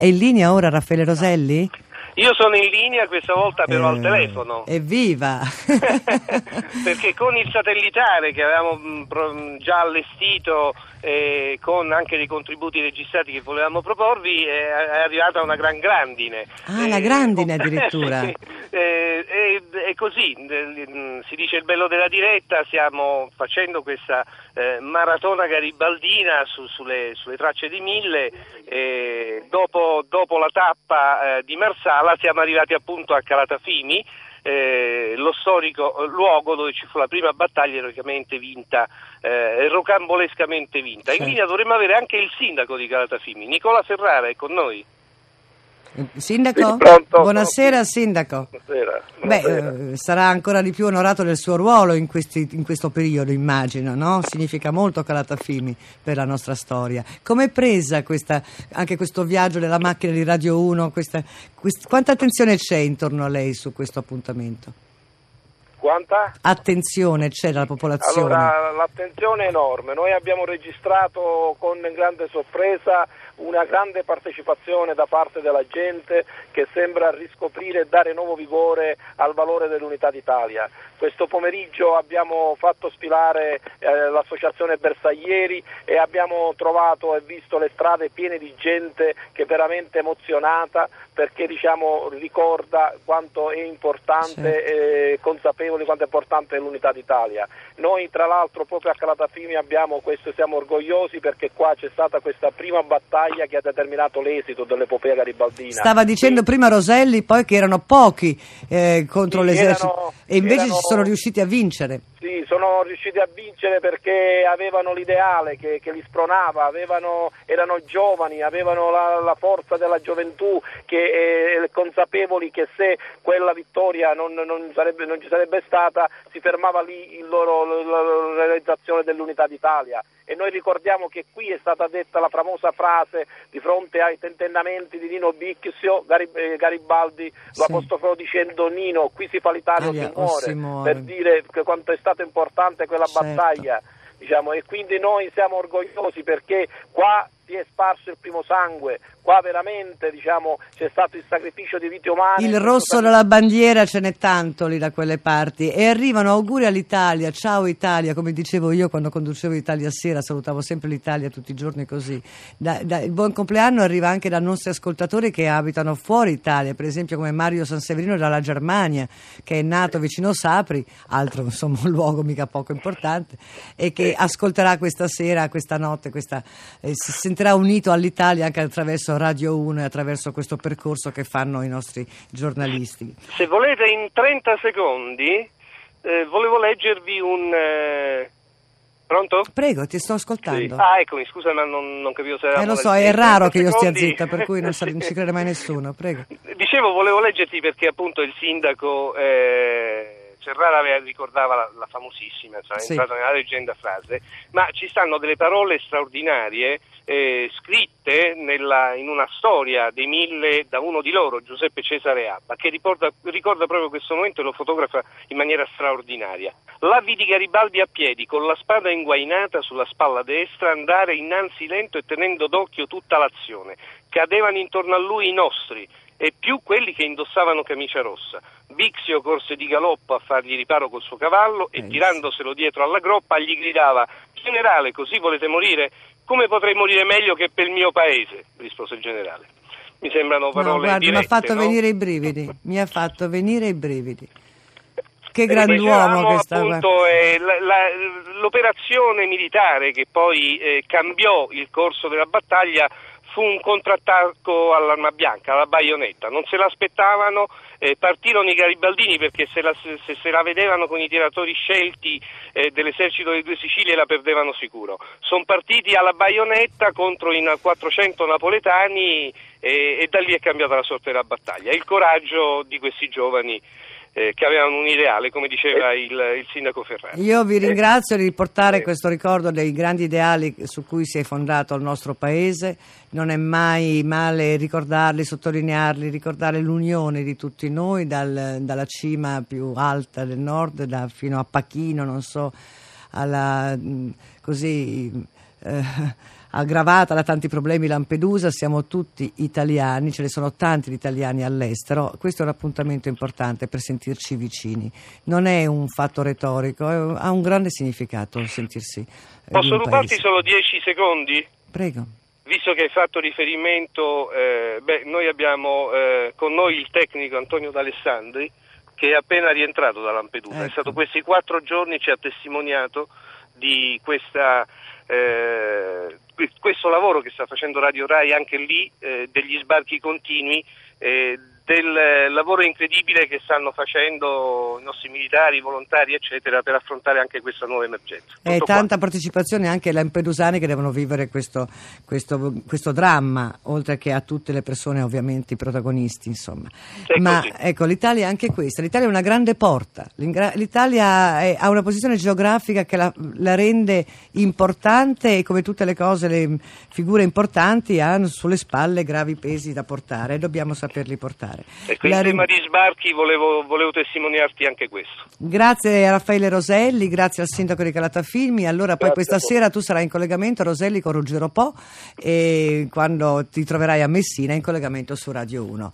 È in linea ora Raffaele Roselli? Io sono in linea, questa volta però al telefono. Evviva! Perché con il satellitare che avevamo già allestito, con anche dei contributi registrati che volevamo proporvi, è arrivata una grandine. La grandine addirittura! È così, si dice il bello della diretta. Stiamo facendo questa maratona garibaldina sulle tracce di Mille. Dopo la tappa di Marsala siamo arrivati appunto a Calatafimi, lo storico luogo dove ci fu la prima battaglia eroicamente vinta, rocambolescamente vinta. In linea dovremmo avere anche il sindaco di Calatafimi, Nicola Ferrara, è con noi. Sindaco? Sì, buonasera sindaco. Buonasera. Sarà ancora di più onorato del suo ruolo in questo periodo, immagino, no? Significa molto Calatafimi per la nostra storia. Com'è presa anche questo viaggio della macchina di Radio 1? Quanta attenzione c'è intorno a lei su questo appuntamento? Quanta? Attenzione c'è dalla popolazione? Allora, l'attenzione è enorme. Noi abbiamo registrato con grande sorpresa una grande partecipazione da parte della gente che sembra riscoprire e dare nuovo vigore al valore dell'unità d'Italia. Questo pomeriggio abbiamo fatto sfilare l'associazione Bersaglieri e abbiamo trovato e visto le strade piene di gente che è veramente emozionata perché ricorda quanto è importante e consapevole di quanto è importante l'unità d'Italia. Noi tra l'altro proprio a Calatafimi siamo orgogliosi perché qua c'è stata questa prima battaglia che ha determinato l'esito dell'epopea garibaldina. Stava dicendo prima Roselli poi che erano pochi contro l'esercito e invece ci sono riusciti a vincere. Sì, sono riusciti a vincere perché avevano l'ideale che li spronava, erano giovani, avevano la forza della gioventù, consapevoli che se quella vittoria non ci sarebbe stata, si fermava lì la realizzazione dell'unità d'Italia. E noi ricordiamo che qui è stata detta la famosa frase di fronte ai tentennamenti di Nino Bixio, Garibaldi lo apostrofò dicendo: Nino, qui si fa l'Italia o si muore, per dire quanto è stata importante quella battaglia, e quindi noi siamo orgogliosi perché qua si è sparso il primo sangue, qua veramente c'è stato il sacrificio di vite umane. Il rosso della bandiera ce n'è tanto lì da quelle parti e arrivano auguri all'Italia, ciao Italia, come dicevo io quando conducevo Italia Sera, salutavo sempre l'Italia tutti i giorni così. Il buon compleanno arriva anche da nostri ascoltatori che abitano fuori Italia, per esempio come Mario Sanseverino dalla Germania, che è nato vicino Sapri, altro insomma un luogo mica poco importante, e che ascolterà questa sera, questa notte, si sentirà unito all'Italia anche attraverso Radio 1 e attraverso questo percorso che fanno i nostri giornalisti. Se volete in 30 secondi volevo leggervi un... Pronto? Prego, ti sto ascoltando. Sì. Eccomi, scusa, ma non capivo se era... Lo so, è raro che io stia zitta, per cui non ci crede mai nessuno, prego. Dicevo, volevo leggerti perché appunto il sindaco... Ferrara ricordava la famosissima, è entrata nella leggenda frase, ma ci stanno delle parole straordinarie scritte in una storia dei Mille da uno di loro, Giuseppe Cesare Abba, che ricorda proprio questo momento e lo fotografa in maniera straordinaria. La vidi Garibaldi a piedi, con la spada inguainata sulla spalla destra, andare innanzi lento e tenendo d'occhio tutta l'azione. Cadevano intorno a lui i nostri, e più quelli che indossavano camicia rossa. Bixio corse di galoppo a fargli riparo col suo cavallo e tirandoselo dietro alla groppa gli gridava: «Generale, così volete morire? Come potrei morire meglio che per il mio paese?» rispose il generale. Mi sembrano parole dirette, mi ha fatto venire i brividi. Che grand'uomo che stava. L'operazione militare che poi cambiò il corso della battaglia fu un contrattacco all'arma bianca, alla baionetta. Non se l'aspettavano, partirono i garibaldini perché se la vedevano con i tiratori scelti dell'esercito delle Due Sicilie la perdevano sicuro. Sono partiti alla baionetta contro i 400 napoletani e da lì è cambiata la sorte della battaglia. Il coraggio di questi giovani che avevano un ideale, come diceva il sindaco Ferrara. Io vi ringrazio di riportare questo ricordo dei grandi ideali su cui si è fondato il nostro paese. Non è mai male ricordarli, sottolinearli, ricordare l'unione di tutti noi dalla cima più alta del nord fino a Pachino, non so, aggravata da tanti problemi Lampedusa, siamo tutti italiani, ce ne sono tanti di italiani all'estero, questo è un appuntamento importante per sentirci vicini, non è un fatto retorico, ha un grande significato sentirsi. Posso rubarti solo 10 secondi? Prego. Visto che hai fatto riferimento, noi abbiamo con noi il tecnico Antonio D'Alessandri, che è appena rientrato da Lampedusa. Ecco. È stato questi 4 giorni, ci ha testimoniato di questo lavoro che sta facendo Radio Rai anche lì, degli sbarchi continui, del lavoro incredibile che stanno facendo i nostri militari, i volontari eccetera, per affrontare anche questa nuova emergenza. E tanta partecipazione anche ai lampedusani che devono vivere questo dramma, oltre che a tutte le persone ovviamente i protagonisti, insomma. Ma ecco, l'Italia è anche questa, l'Italia è una grande porta, l'Italia ha una posizione geografica che la rende importante, e come tutte le cose le figure importanti hanno sulle spalle gravi pesi da portare e dobbiamo saperli portare. Ecco, in tema di sbarchi volevo testimoniarti anche questo. Grazie a Raffaele Roselli, grazie al sindaco di Calatafimi. Allora poi questa sera tu sarai in collegamento, Roselli, con Ruggero Po, e quando ti troverai a Messina in collegamento su Radio 1.